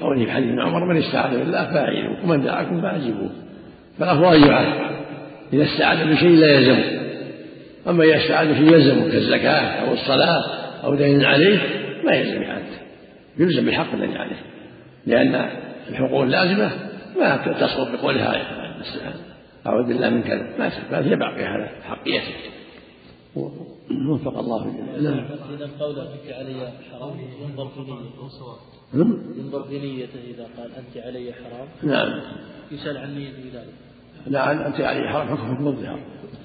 لقوله في حديث عمر: من استعاذ بالله فاعينوه ومن دعاكم فاعجبوه. فالأفضل أن يعاد إذا استعاذ بشيء لا يلزمه. أما إذا استعاذ بشيء يلزمه كالزكاة أو الصلاة أو دين عليه ما يلزم يعاد، يلزم بالحق الذي عليه، لأن الحقوق اللازمة ما تصرف بقولها أعوذ بالله من كذا، ما هي باقية على حقيته. وفق الله جميعا. إذا قوله أنت علي حرام ينظر في نيته، ينظر في نيته إذا قال أنت علي حرام. نعم. يسأل عن نيته ذلك. لا، أنت علي حرام حكم الظهار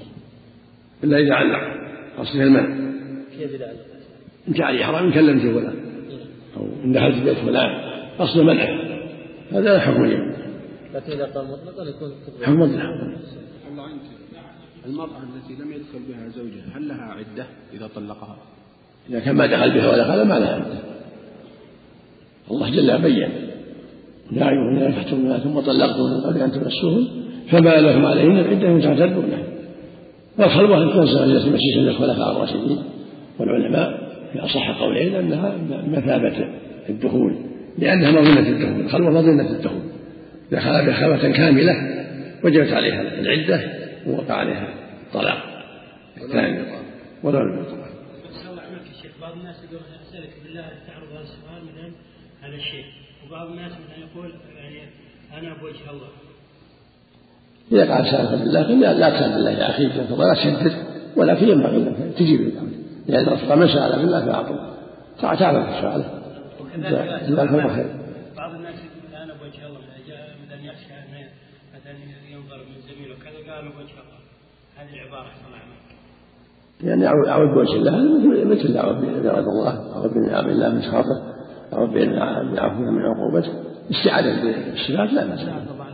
إلا إذا علق قصد المنع. كيف إذا علق؟ أنت علي حرام إن كلمته فلان أو إن دخلت بيت فلان قصد منعه، هذا حكم اليمين. لكن إذا قال مطلقا يكون حكم الظهار. المرأة التي لم يدخل بها زوجها هل لها عدة إذا طلقها؟ إذا كان ما دخل بها ولا دخل ما لها عدة. الله جل بين: يا أيها الذين نكحتم المؤمنات ثم طلقتم من قبل أن تمسوهن فما لكم عليهن عدة تعتدونها. والخلوة أن تنزل إلى المسيح من الخلفاء الراشدين، والعلماء في أصح قولين أنها مثابة الدخول، لأنها مظنة الدخول. الخلوة مظنة الدخول، إذا خلا بها خلوة كاملة وجبت عليها العدة ووقع عليها الطلاق الثاني ولا الطلاق. بعض الناس يقول: أسألك بالله تعرض هذا السؤال مثلا على الشيخ، وبعض الناس مثلا يقول يعني أنا بوجه الله. إذا قال سألك بالله لا تسأل بالله يا أخي ولا تشدد، ولكن ينبغي أن تجيب الأمر، لأن الرسول من سأل بالله فأعطوه. تعرف سؤاله جزاك الله خير. بعض الناس يقول أنا بوجه الله، مثلا يخشى أن مثلا ينظر من زميله كذا قال بوجه الله، هذه العبارة صنعها يعني أعوذ بوجه الله مثل أعوذ برضا الله، أعوذ بنعم الله من سخطه، أعوذ بعفوه من عقوبته. استعاذة بالصفات لا بأس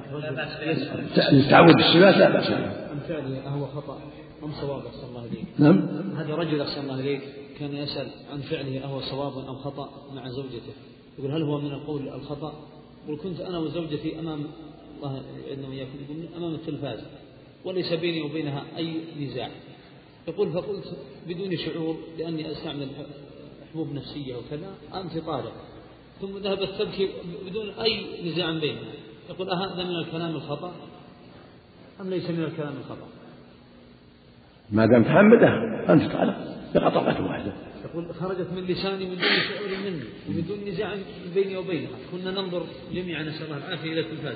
بها، التعوذ بالصفات لا بأس بها. أمثالي أهو خطأ أم صواب أحسن الله إليك؟ نعم. هذا رجل أحسن الله إليك كان يسأل عن فعله أهو صواب أم خطأ مع زوجته، يقول هل هو من القول الخطأ؟ يقول كنت أنا وزوجتي أمام الله إنه يكون أمام التلفاز وليس بيني وبينها أي نزاع، يقول فقلت بدون شعور لأني أستعمل حبوب نفسية وكذا أنت طالق، ثم ذهبت تبكي بدون أي نزاع بيننا. يقول أهذا من الكلام الخطأ أم ليس من الكلام الخطأ؟ ما دام تحمده أنت طالق بقطعة واحدة. يقول خرجت من لساني من دون شعور مني وبدون نزاع بيني وبينها، كنا ننظر جميعا نسأل الله العافية إلى التلفاز.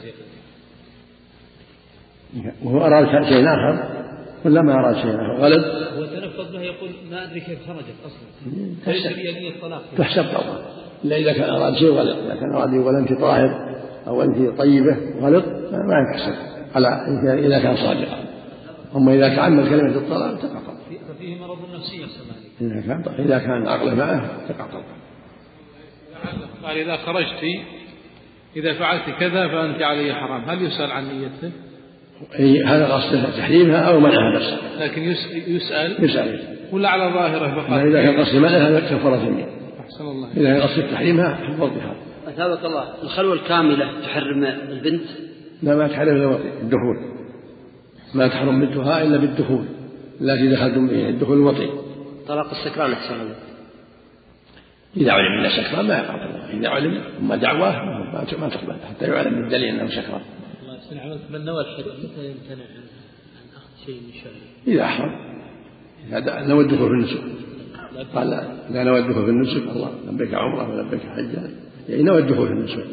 وهو أراد شيء آخر ولا ما أراد شيء آخر غلط؟ هو تنفذ له يقول ما أدري كيف خرجت أصلا، ليس لي نية طلاق. تحسب طبعا، إلا إذا كان أراد شيء غلط. إذا كان أراد يقول أنت طاهر أو أنت طيبة غلط ما يحسب على إذا كان صادقا. أما إذا تعمل كلمة الطلاق تقع طبعا. ففيه مرض نفسي أحسن. إذا كان عقله معه تقع طبعا. قال إذا خرجت إذا فعلت كذا فأنت علي حرام، هل يسأل عن نيته؟ هذا قصده تحريمها أو منعها نفسه، لكن يسأل ولا على ظاهره فقط؟ إذا كان قصد منعها هذا كفارة يمين. أحسن الله. إذا كان قصد تحريمها حفظ بها. أثابك الله. الخلوة الكاملة تحرم البنت؟ لا، ما تحرم إلا الدخول، ما تحرم بنتها إلا بالدخول التي دخلتم به، الدخول الوطي. طلاق السكران أحسن الله. إذا علم أنه سكران ما يقع طلاق، إذا علم ثم دعواه ما تقبل حتى يعلم بالدليل أنه سكران. من نوى الحج متى يمتنع عن أخذ شيء من شأنه؟ إذا أحرم، إذا نوى الدخول في النسك. قال لا نوى الدخول في النسك الله لبيك عمره ولبيك حجا، يعني نوى الدخول في النسك.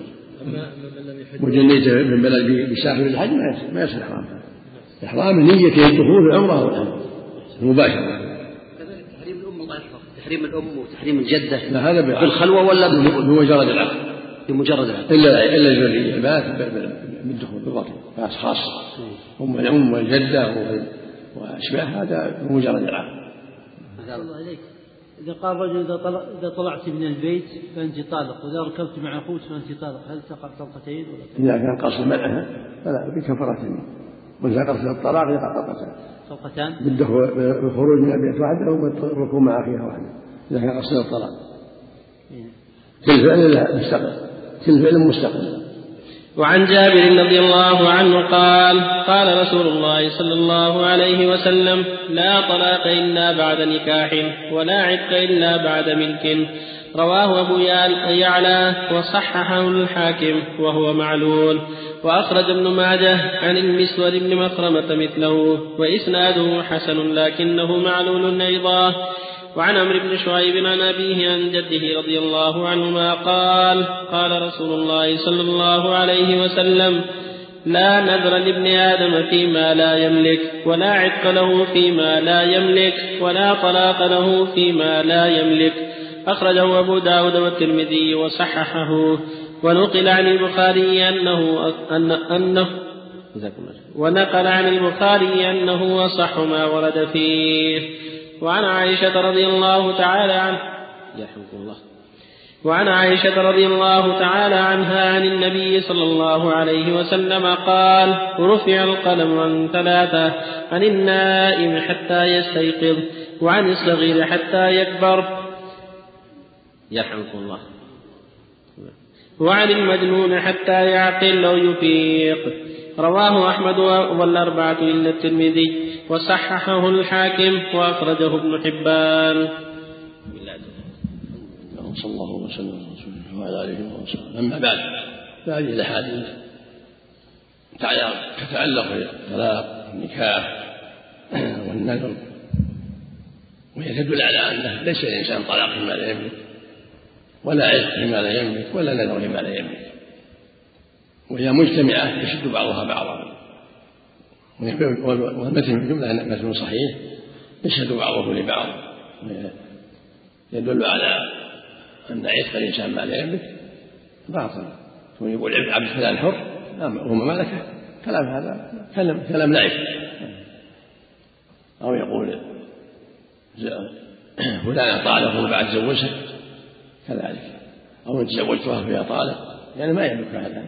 وجنيت من بلد بساحل الحج ما يصير إحرام. إحرام نية الدخول في العمرة والحج مباشرة. كذلك تحريم الأم الله يحفظ، تحريم الأم وتحريم الجدة. لا، هذا بالخلوة ولا بمجرد العقد؟ بمجرد العقد. إلا الذرية بالدخول بالبطن خاصة، الأم والجدة وأشباه هذا بمجرد العقد. الله عليك. إذا قال رجل إذا طلعت من البيت فأنت طالق، وإذا ركبت مع أخوك فأنت طالق، هل تقع طلقتين ولا؟ إذا كان قصد منعها فلا بكفارة يمين، وإذا قصد الطلاق يقع طلقتان بالخروج من البيت واحدة والركوب مع أخيها واحدة. إذا كان قصد الطلاق كل فعل مستقل، كل فعل مستقل. وعن جابر رضي الله عنه قال قال رسول الله صلى الله عليه وسلم لا طلاق إلا بعد نكاح ولا عتق إلا بعد ملك، رواه أبو يعلى وصححه الحاكم وهو معلول. وأخرج ابن ماجه عن المسور بن مخرمة مثله وإسناده حسن لكنه معلول أيضا. وعن عمرو بن شعيب عن أبيه عن جده رضي الله عنهما قال قال رسول الله صلى الله عليه وسلم لا نذر لابن آدم فيما لا يملك ولا عتق له فيما لا يملك ولا طلاق له فيما لا يملك. أخرجه أبو داود والترمذي وصححه. ونقل عن البخاري أنه أصح ما ورد فيه. وعن عائشة رضي الله تعالى عنها عن النبي صلى الله عليه وسلم قال رفع القلم عن ثلاثة: عن النائم حتى يستيقظ، وعن الصغير حتى يكبر يرحمكم الله، وعن المجنون حتى يعقل أو يفيق. رواه أحمد والأربعة إلا الترمذي وصححه الحاكم وأخرجه ابن حبان. صلى الله وسلم على رسول الله وعلى آله وصحبه. أما بعد، فهذه الأحاديث تتعلق بالطلاق والنكاح والنذر، وهي تدل على أنه ليس الإنسان طلاق فيما لا يملك، ولا عتق فيما لا يملك، ولا نذر فيما لا يملك، وهي مجتمعة يشد بعضها بعضا. والمتن في الجملة متن صحيح يشهد بعضه لبعض، يدل على أن عتق الإنسان ما لا يملك باطل. يقول عبد فلان حر وما ملكه، كلام هذا كلام لعب. أو يقول فلان طالق بعد زوجها كذلك، أو تزوجتها فيها طالق، يعني ما يملك هذا.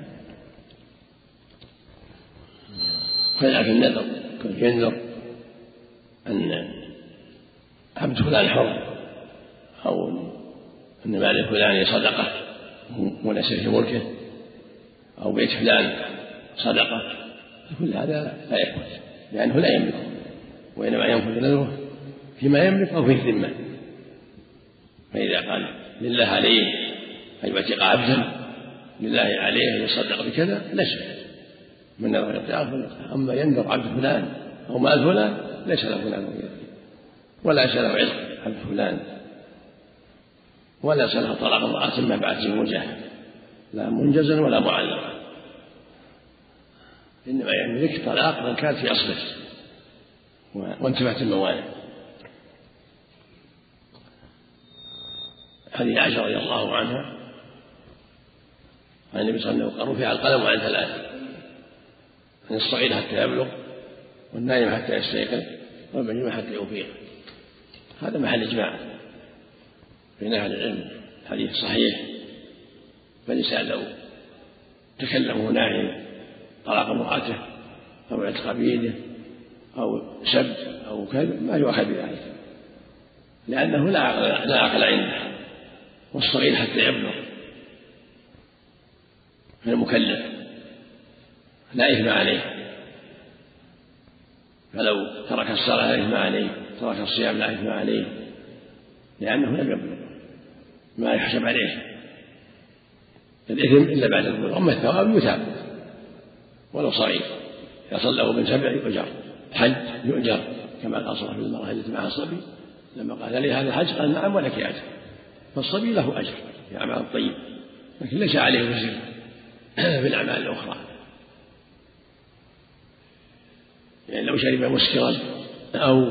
كذلك النذر، ينذر أن عبد فلان حر، أو أن مال فلان صدقة وليس في ملكه، أو بيت فلان صدقة، كل هذا لا يكون لأنه لا يملكه، وإنما ينفذ نذره فيما يملك أو في الذمة. فإذا قال لله عليه أن يعتق عبدا، لله عليه أن يصدق بكذا، نشأ من نذر يطيعه. أما ينذر عبد فلان أو مال فلان ليس له فلان ولا ليس له عتق عبد فلان، ولا سنه طلاق امرأة ما بعد زوجها، لا منجزا ولا معلقا، إنما يملك طلاق من كانت في أصله وانتفت الموانع. حديث عائشة رضي الله عنها عن النبي صلى الله عليه وسلم قال رفع القلم عن ثلاث: عن الصغير حتى يبلغ، والنائم حتى يستيقظ، والمجنون حتى يفيق. هذا محل إجماع بين أهل العلم، حديث صحيح. فالإنسان لو تكلم ناهي طلاق امرأته أو عتق بيده أو سب أو كذب ما يؤخذ بذلك، لأنه لا عقل عنده. والصغير حتى يبلغ من المكلف لا إثم عليه، فلو ترك الصلاة لا إثم عليه، ترك الصيام لا إثم عليه، لأنه لم يبلغ، ما يحسب عليه الإثم إلا بعد البلوغ. أما الثواب يثاب ولو صغير، يصل له من 7 يؤجر، حج يؤجر كما قال صلى الله عليه وسلم المرأة التي معها الصبي لما قال لي هذا الحج قال نعم ولك أجر. فالصبي له أجر في أعمال الطيب، لكن ليس عليه وزر في الأعمال الأخرى. يعني لو شرب مسكرا أو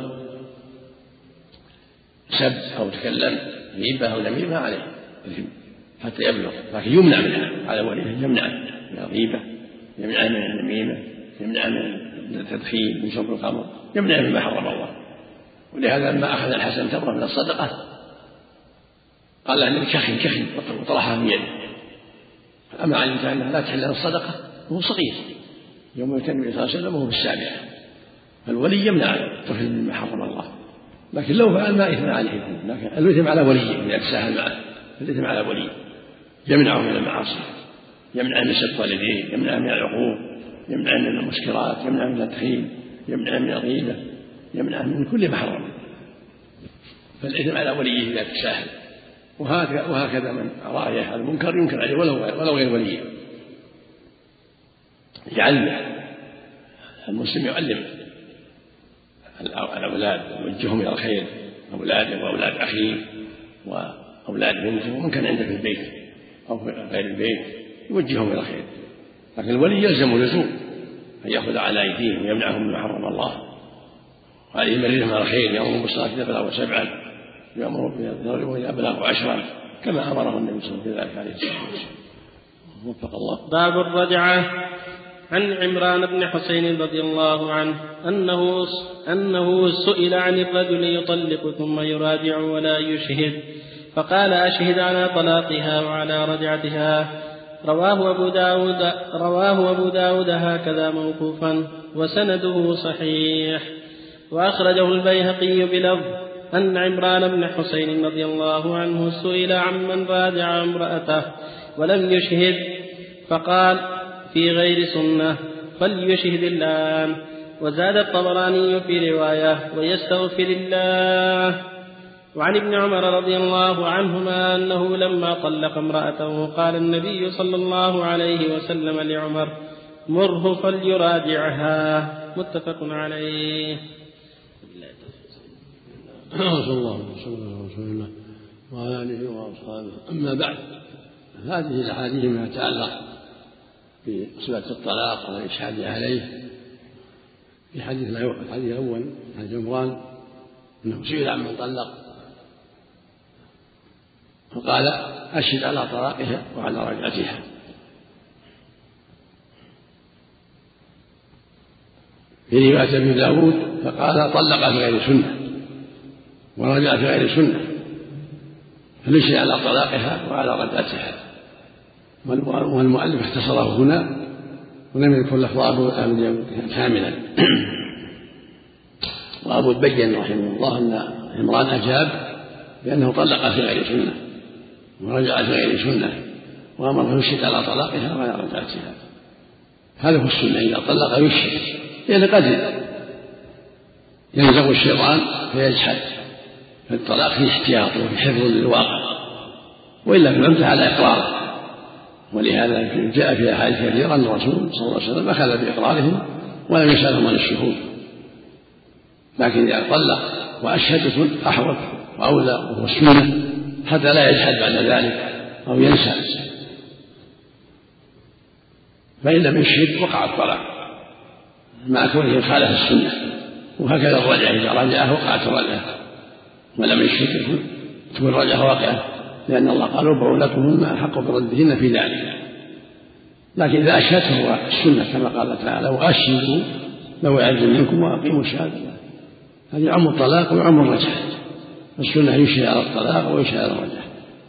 سب أو تكلم غيبة أو نميمة عليه حتى يبلغ، لكن يمنع منها على وليه، يمنع من الغيبة، يمنع من النميمة، يمنع من التدخين، من شرب الخمر، يمنع مما حرم الله. ولهذا لما أخذ الحسن تمرة من الصدقة قال له إنك كخن وطرحها في يده. أما علمت أنها لا تحل له الصدقة وهو صغير، يوم يتم النبي صلى الله عليه وسلم وهو في 7، فالولي يمنع الطفل مما حرم الله. لكن لو فعل ما إثم عليه، لكن الإثم على وليه إذا تساهل معه، الإثم على وليه، يمنعه من المعاصي، يمنع من سب والديه، يمنع من العقوق، يمنع من المسكرات، يمنع من التدخين، يمنع من الغيبة، يمنع من كل ما حرم. فالإثم على وليه إذا تساهل، وهكذا من أراد يفعل المنكر ينكر عليه ولو غير ولي. يعلم المسلم، يعلم الأولاد ويوجههم إلى الخير، أولاده وأولاد أخيه وأولاد بنته، ومن كان عنده في البيت أو في غير البيت يوجههم إلى الخير. لكن الولي يلزم لزوم أن يأخذ على أيديهم ويمنعهم مما حرم الله، وعليه يمررهم على الخير، يأمرهم بالصلاة إذا بلغوا 7، يأمرهم بالضرب إذا بلغوا 10، كما أمره النبي صلى الله عليه وسلم عليه الصلاة والسلام. وفق الله. باب الرجعة. عن عمران بن حسين رضي الله عنه أنه سئل عن الرجل يطلق ثم يراجع ولا يشهد، فقال أشهد على طلاقها وعلى رجعتها. رواه أبو داود هكذا موقوفا وسنده صحيح. وأخرجه البيهقي بلفظ أن عمران بن حسين رضي الله عنه سئل عمن راجع امرأته ولم يشهد فقال في غير سنة فليشهد الآن. وزاد الطبراني في رواية ويستغفر الله. وعن ابن عمر رضي الله عنهما أنه لما طلق امرأته قال النبي صلى الله عليه وسلم لعمر مره فليراجعها. متفق عليه. صلى الله عليه وسلم وعلى آله وأصحابه. أما بعد، هذه الأحاديث ما يتعلق بصفة الطلاق والإشهاد عليه في حديث الحديث الأول حديث عمران أنه سئل عمن طلق فقال أشهد على طلاقها وعلى رجعتها. في رواية أبي داود فقال طلق في غير سنة ورجع في غير سنة، فليس على طلاقها وعلى رجعتها. والمؤلف اختصره هنا ولم يذكر لفظ أبو داود كاملا. وأبو بين رحمه الله أن عمران أجاب بأنه طلق في غير سنة ورجع في غير سنة، وأمره يشهد على طلاقها وعلى رجعتها. هذا هو السنة، إذا طلق يشهد، لأن قد ينزغ الشيطان فيجحد، فالطلاق فيه احتياط وفي حفظ للواقع، وإلا فالعمد على إقراره. ولهذا جاء في أحاديث كثيرة أن الرسول صلى الله عليه وسلم أخذ بإقرارهم ولم يسألهم عن الشهود. لكن إذا طلق وأشهد أحوط وأولى وهو السنة حتى لا يجحد بعد ذلك أو ينسى. فإن لم يشهد وقع الطلاق مع كونه خالف السنة. وهكذا الرجعة إذا رجعه وقعت الرجعة ولم يشهد تكون الرجعة واقعة، لأن الله قال وبعولتهن أحق بردهن في ذلك. لكن إذا أشهد فهو السنة كما قال تعالى وأشهدوا لو يعز منكم وأقيموا الشهادة. هذا يعم الطلاق ويعم الرجعة، السنة يشهد على الطلاق ويشهد على الرجعة.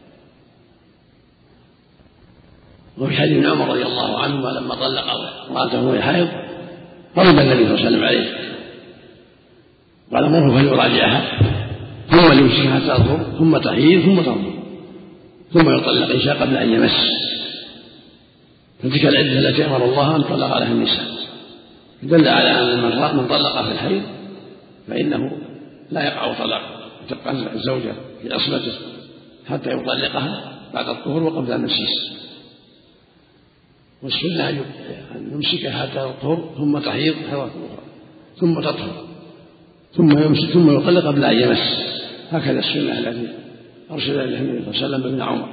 وفي حديث ابن عمر رضي الله عنهما لما طلق امرأته وهي حائض غضب النبي صلى الله عليه وسلم عليه، قال مره فليراجعها ثم ليمسكها حتى تطهر ثم تحيض ثم تطهر ثم يطلق إن شاء قبل أن يمس. فتلك العدة التي أمر الله أن طلق عليها النساء، دل على أن من طلق في الحيض فإنه لا يقع طلاق، تبقى الزوجة في عصمته حتى يطلقها بعد الطهور وقبل المسيس. والسنة أن يمسكها حتى تطهر ثم تحيض حيضة أخرى ثم تطهر ثم يطلق قبل أن يمس. هكذا السنة التي أرشد إليها النبي صلى الله عليه وسلم ابن عمر.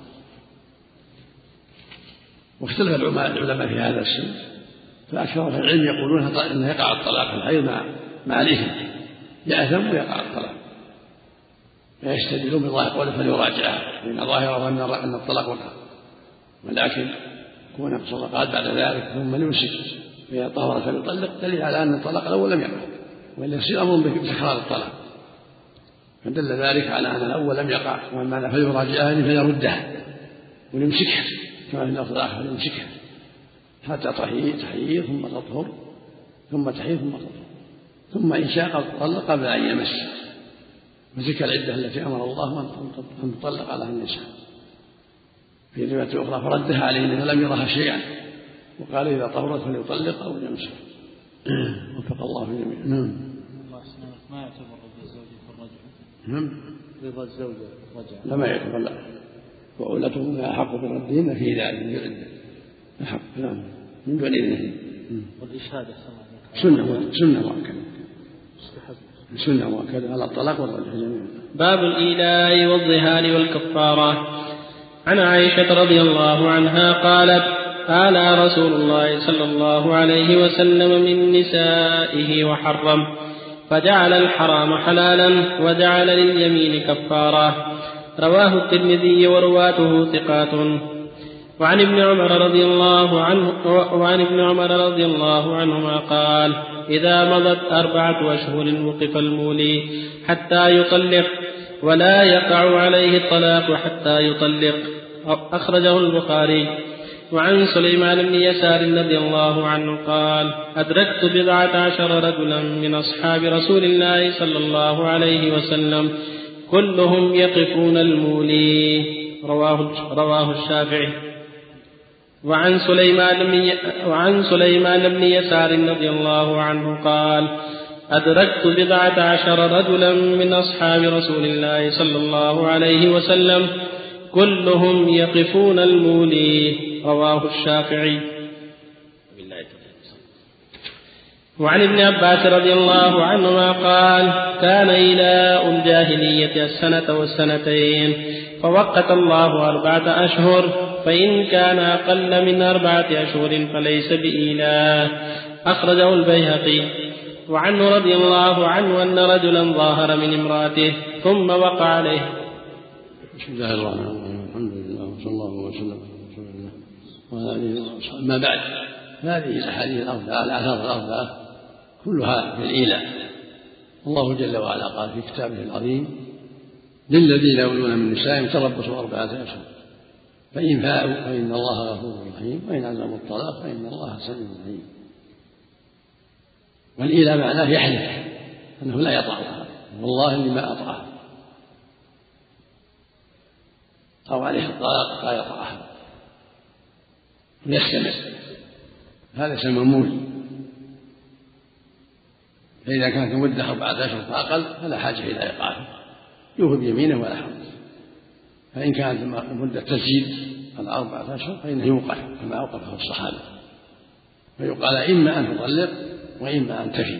واختلف العلماء في هذا السن، فأكثر العلم يقولون أنه يقع الطلاق في الحيض مع الإثم، يأثم ويقع الطلاق، فيستدلون بظاهر قوله فليراجعها، لأن ظاهره أن الطلاق وقع، ولكن كون الصدقات بعد ذلك ثم يمسك فإذا طهر فليطلق دليل على أن الطلاق الأول لم يقع، وإلا يصير أمر بتكرار الطلاق، فدل ذلك على أن الأول لم يقع. ومعنى فليراجعها فليردها ويمسكها كما في اللفظ الآخر يمسكها حتى تحيض ثم تطهر ثم تحيض ثم تطهر ثم إن شاء طلق قبل أن يمس. وتلك العدة التي أمر الله أن تطلق عليها النساء. في رواية أخرى فردها عليه لأنه لم يرها شيئا، وقال إذا طهرت فليطلق أو يمسك. وفق الله في الجميع. ما يعتبر الزوج في الرجعة؟ رضا الزوجة رجع لما يقبل، وعولتهم أحق بردهن في ذلك من العدة أحق نعم من دون إذنه. والإشهاد سنة مؤكدة على الطلاق والرجع جميعا. باب الإيلاء والظهار والكفارة. عن عائشة رضي الله عنها قالت: آلى رسول الله صلى الله عليه وسلم من نسائه وحرم، فجعل الحرام حلالا وجعل لليمين كفارة. رواه الترمذي ورواته ثقات. وعن ابن عمر رضي الله عنهما قال: إذا مضت 4 أشهر وقف المولي حتى يطلق، ولا يقع عليه الطلاق حتى يطلق. أخرجه البخاري. وعن سليمان بن يسار رضي الله عنه قال: أدركت 14 رجلا من أصحاب رسول الله صلى الله عليه وسلم كلهم يقفون المولي. رواه الشافعي. وعن سليمان بن يسار رضي الله عنه قال: أدركت 14 رجلا من أصحاب رسول الله صلى الله عليه وسلم كلهم يقفون المولي. رواه الشافعي. وعن ابن عباس رضي الله عنهما قال: كان إيلاء الجاهلية 1 والسنتين، فوقت الله 4 أشهر، فإن كان أقل من 4 أشهر فليس بإيلاء. أخرجه البيهقي. وعنه رضي الله عنه أن رجلا ظاهر من امرأته ثم وقع عليه. بسم الله الرحمن الرحيم، الحمد لله وصلى الله وسلم على رسول الله وعلى آله وصحبه. أما بعد، هذه الأحاديث الأربعة الآثار الأربعة كلها في الإيلاء. الله جل وعلا قال في كتابه العظيم: للذين يؤلون من نسائهم تربصوا 4 أشهر، فإن فاءوا فإن الله غفور رحيم، وإن عزموا الطلاق فإن الله سميع عليم. والإيلاء معناه يحلف أنه لا يطأها، والله إني ما أطأها، أو عليه الطلاق لا يطأها ويستمر. هذا يسمى مولي. فإذا كانت المدة 4 أشهر فأقل فلا حاجة إلى إيقافه، يوفي بيمينه ولا حرج. فإن كانت المدة تزيد على 4 أشهر فإنه يوقف كما أوقفه الصحابة، فيقال إما أن تطلق وإما أن تفي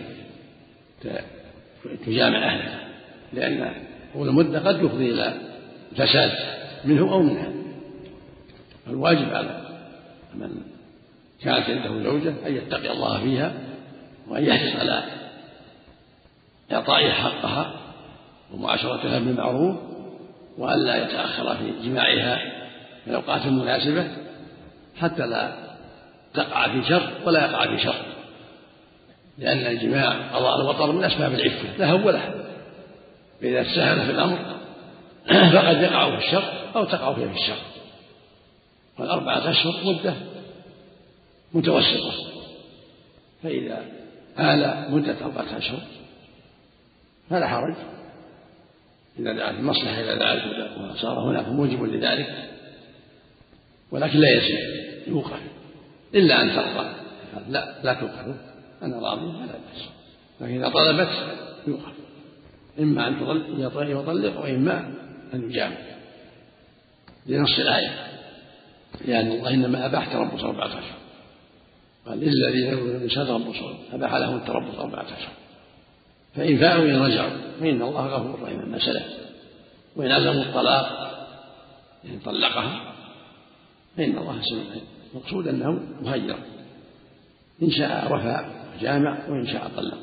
تجامع أهلها، لأن طول المدة قد يفضي إلى فساد منه أو منها. فالواجب على من كانت عنده زوجة أن يتقي الله فيها، وأن يحرص على إعطائها حقها ومعاشرتها بالمعروف، وأن لا يتأخر في جماعها في الأوقات المناسبة حتى لا تقع في شر ولا يقع في شر، لأن الجماع قضاء الوطر من أسباب العفة لها ولها، فإذا تساهل في الأمر فقد يقع في الشر أو تقع فيه في الشر. وال4 أشهر مدة متوسطة، فإذا آل مدة 4 أشهر فلا حرج إذا دعت المصلحة إلى ذلك وصار هناك موجب لذلك، ولكن لا يزيد، يوقف إلا أن ترضى. لا توقف، أنا راضي فلا بأس، لكن إذا طلبت يوقف، إما أن يطلق وإما أن يجامع لنص الآية، لأن الله إنما أباح تربص 4 أشهر، قال للذين يؤلون النساء تربصوا، أباح لهم التربص 4 أشهر، فإن فاءوا إن رجعوا فإن الله غفور رحيم ما سلف، وإن عزموا الطلاق إن طلقها فإن الله سميع عليم. المقصود أنه مهير، إن شاء رفع وجامع وإن شاء طلق.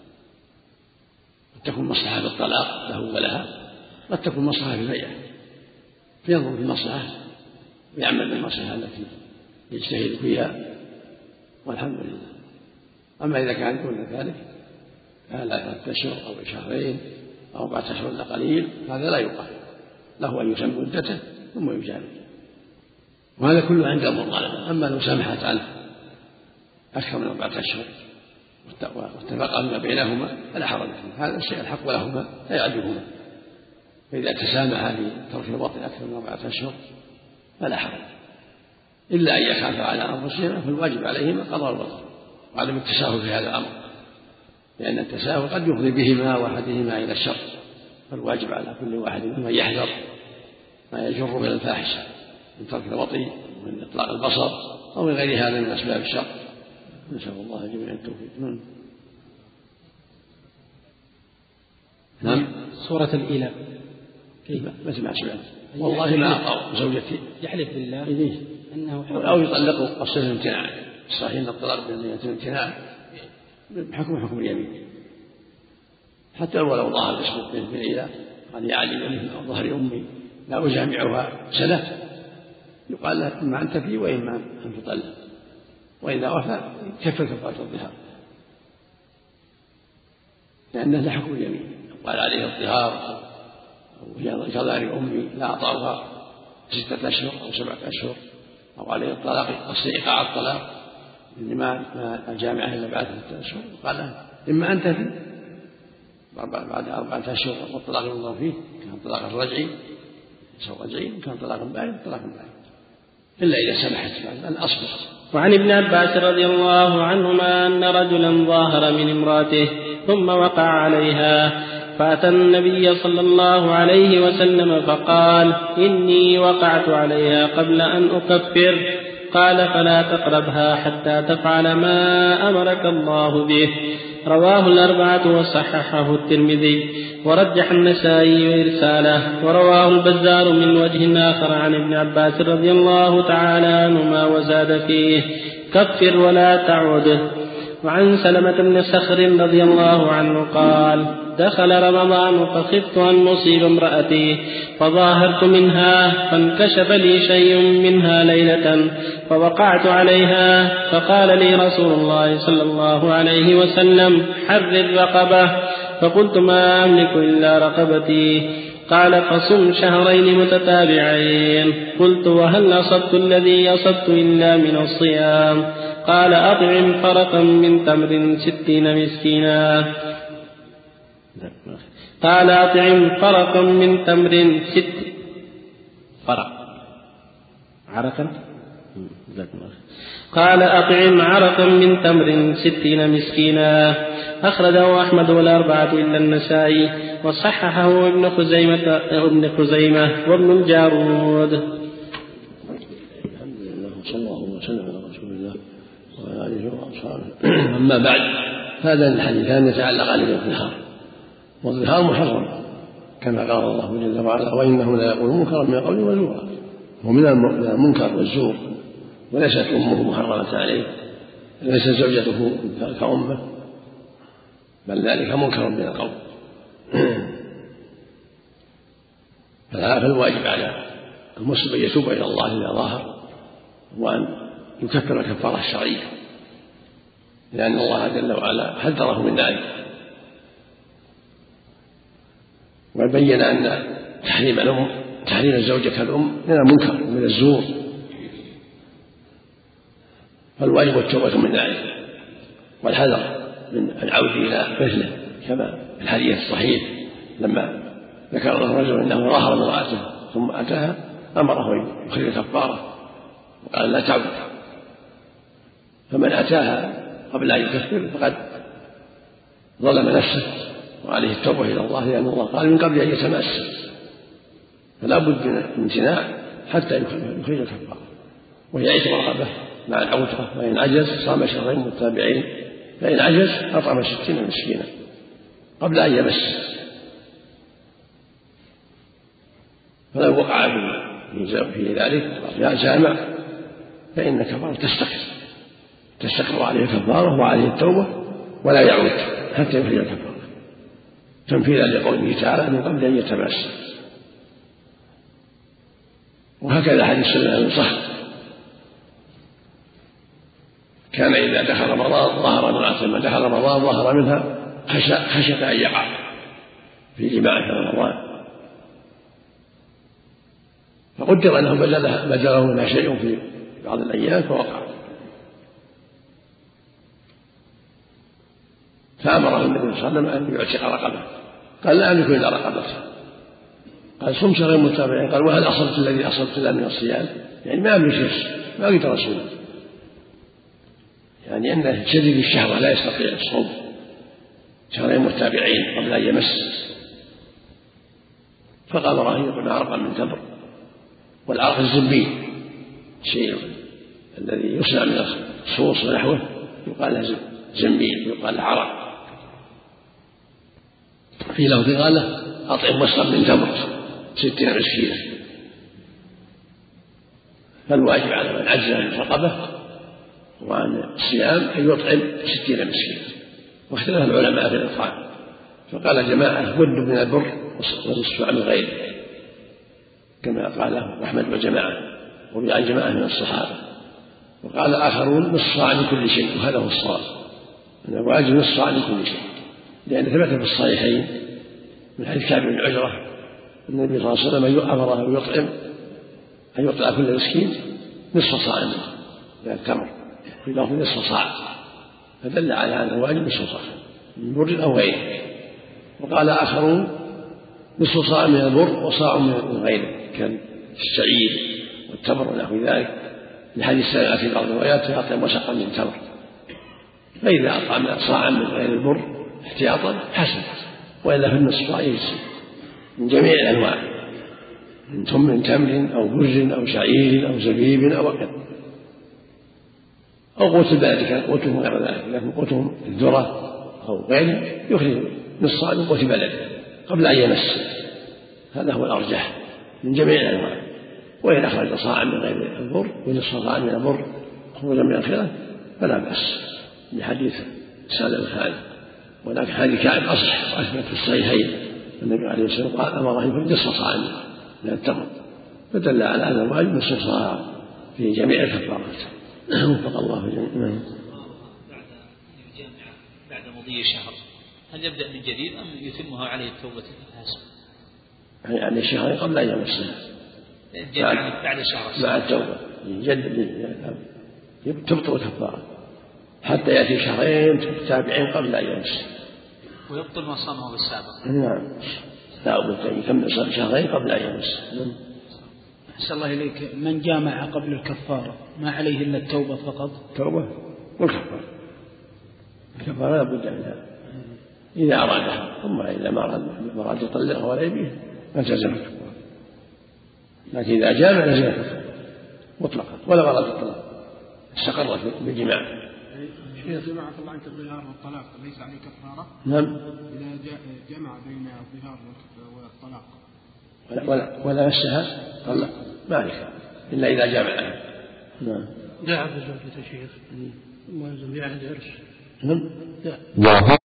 قد تكون مصلحة بالطلاق له ولها، قد تكون مصلحة في البيع، فينظر في المصلحة ويعمل بالمصلحة التي يجتهد فيها، والحمد لله. أما إذا كان دون ذلك كان 3 أشهر أو 2 شهرين أو 4 أشهر إلا قليل، هذا لا يقال له أن يسمى مدته ثم يجامع، وهذا كله عند المطالبة. أما لو سمحت عنه أكثر من 4 أشهر واتفقا ما بينهما فلا حرج فيه، هذا الشيء الحق لهما لا يعجبهما. فإذا تسامحا في ترك الوطن أكثر من 4 أشهر فلا حرج، إلا أن يخاف على أنفسهما، فالواجب عليهما قضاء الوطن وعدم التساهل في هذا الأمر، لأن التساهل قد يفضي بهما وأحدهما إلى الشر فالواجب على كل واحد منهم أن يحذر ما يجر من الفاحشة من ترك الوطي ومن إطلاق البصر أو من غير هذا من أسباب الشر. نسأل الله جميعا التوفيق. نعم. سورة الإيلاء كيف؟ ما سمعت. والله ما أعطوا زوجتي يحلف بالله أنه أو يطلقوا أصل الامتناع. الصحيح أن الطلاق بنية الامتناع حكم اليمين حتى ولو ظهر اسمه بالإيلاء قال يا علي من ظهر أمي لا أجامعها سنة يقال له إما أن تفي وإما أن تطلق وإذا وفى كفر كفارة الظهار لأنه لا حكم اليمين. قال عليه الظهار أو كظهر أمي لا أعطاها 6 أشهر أو 7 أشهر أو عليه الطلاق أصل إيقاع الطلاق ما الجامعة إلا بعد 6 أشهر. قال له إما أن تفي بعد 4 أشهر والطلاق ينظر فيه كان طلاق رجعي وكان طلاق بائن إلا إذا سمحت بعد أن أصبر. وعن ابن عباس رضي الله عنهما أن رجلا ظاهر من امرأته ثم وقع عليها فأتى النبي صلى الله عليه وسلم فقال إني وقعت عليها قبل أن أكفر. قال فلا تقربها حتى تفعل ما أمرك الله به. رواه الأربعة وصححه الترمذي ورجح النسائي وإرساله. ورواه البزار من وجه آخر عن ابن عباس رضي الله تعالى عنهما وزاد فيه كفر ولا تعد. وعن سلمة بن صخر رضي الله عنه قال دخل رمضان فخفت أن نصيب امرأتي فظاهرت منها فانكشف لي شيء منها ليلة فوقعت عليها فقال لي رسول الله صلى الله عليه وسلم حرر رقبة فقلت ما أملك إلا رقبتي. قال فصم 2 شهرين متتابعين. قلت وهل أصبت الذي أصبت إلا من الصيام؟ قال أطعم فرقا من تمر 60 مسكينا. قال أطعم فرقا من تمر 6 فرق عرقا. قال أطعم عرقا من تمر 60 مسكينا. أخرجه أحمد والأربعة إلا النسائي وصححه ابن خزيمة وابن الجارود. الحمد لله وصلى الله وسلم على رسول الله وعلى آله وأصحابه. أما بعد هذا الحديثان يتعلقان بالظهار والظهار محرم كما قال الله جل وعلا وإنه لا يقول منكرا من القول وزورا. ومن المنكر والزور وليست أمه محرمة عليه ليست زوجته كأمه بل ذلك منكر من القول. فالواجب على المسلم أن يتوب إلى الله إذا ظاهر وأن يكفر الكفارة الشرعية لأن الله جل وعلا حذره من ذلك وبين أن تحريم الزوجة كالأم من المنكر ومن الزور فالواجب التوبة من ذلك والحذر من العودة إلى مثله كما في الحديث الصحيح لما ذكر له رجل أنه ظاهر امرأته ثم أتاها أمره يخرج كفارة وقال لا تعود. فمن أتاها قبل أن يكفر فقد ظلم نفسه وعليه التوبة إلى الله لأن الله قال من قبل أن يتماس فلا بد من الامتناع حتى يخرج الكفارة وهي عتق رقبة مع العوترة وإن عجز صام 2 شهرين متتابعين فإن عجز أطعم 60 مسكينا قبل أن يمس. فلو وقع في ذلك جامع فإن كفارة تستقر عليه الكفارة وعليه التوبة ولا يعود حتى يخرج الكفارة تنفيذا لقوله تعالى من قبل أن يتماس. وهكذا حديث سلمة بن صخر كان إذا دخل رمضان ظهر امرأة لما دخل رمضان ظهر منها خشية أن يقع في جماع في رمضان فقدر أنه بلغه منها شيء في بعض الأيام فوقع فأمره النبي صلى الله عليه وسلم أن يعتق رقبة قال لا أملك إلا رقبته. قال صم 2 شهرين متتابعين. قال وهل أصبت الذي أصبت إلا من الصيام يعني ما أملك شيء ما قدر أصوم يعني أنه شديد الشهوة لا يستطيع الصوم 2 شهرين متتابعين قبل أن يمس فقال إبراهيم يكون عرقا من تمر، والعرق الزنبيل الشيء الذي يصنع من الصوص ونحوه يقال له زنبيل، يقال له عرق. في لفظ قال له أطعم وسطا من تمر 60 مسكينا. فالواجب على من عجز عن الرقبة وعن الصيام أن يطعم 60 مسكينا. واختلف العلماء في الإطعام، فقال جماعة ود من البر ونصف عن غيره كما قاله أحمد وجماعة وعن جماعة من الصحابة. وقال آخرون نصف عن كل شيء، وهذا هو الصواب أنه واجب نصف عن كل شيء، لأن ثبت في الصحيحين من حديث كعب بن عجرة النبي صلى الله عليه وسلم أمره أن يطلع كل مسكين نصف صاع من التمر، في لفظ نصف صاع، فدل على أنه واجب نصف صاع من بر أو غيره. وقال آخرون نصف صاع من البر وصاع من غيره كالشعير والتمر ونحو ذلك، لحديث سائل في بعض الروايات فأطعم وسقا من تمر. فإذا أطعم صاعا من غير البر احتياطا حسن، وإلا في النصف صاع يجزي من جميع الأنواع، من تمر أو بر أو شعير أو زبيب أو أكل، أو قوت البلد كان قوتهم غير ذلك، لكن قوتهم الذرة أو غيره يخرج نصف صاع من قوت بلده قبل أن يمس، هذا هو الأرجح من جميع الأنواع. وإن أخرج صاعا من غير البر ونصف صاع من البر خروجا من الخلاف فلا بأس، لحديث سالم هذا. ولكن حديث كعب أصح وأثبت في الصحيحين النبي عليه الصلاة والسلام قال أمره يكون نصف صاع من التمر، فدل على أن الواجب نصف صاع في جميع الكفارات. وفق الله جميعا. بعد مضي شهر هل يبدأ من جديد أم يتمها عليه التوبة الحاسم؟ يعني الشهرين قبل أن يمسها بعد شهر مع التوبة يجدد تبطل الكفارة حتى يأتي شهرين تابعين قبل أن يمس، ويبطل ما صامه بالسابق. نعم، لا بد أن يكمل شهرين قبل أن يمس. أحسن الله إليك، من جامع قبل الكفارة ما عليه إلا التوبة فقط؟ التوبة والكفارة، الكفارة لا بد منها إذا أرادها، ثم إذا ما أراد يطلقها ولا يبيه ما تلزم الكفارة، لكن إذا جامع لازم الكفارة مطلقا ولا أراد الطلاق استقر بالجماع. إذا جمع الله عنك الظهار والطلاق ليس عليه كفارة؟ نعم، إذا جمع بين الظهار والطلاق ولا مسها طلق ما عليك إلا إذا جامعها. نعم. لا عبد زوجته شيخ ما يلزم يعني عرس. نعم.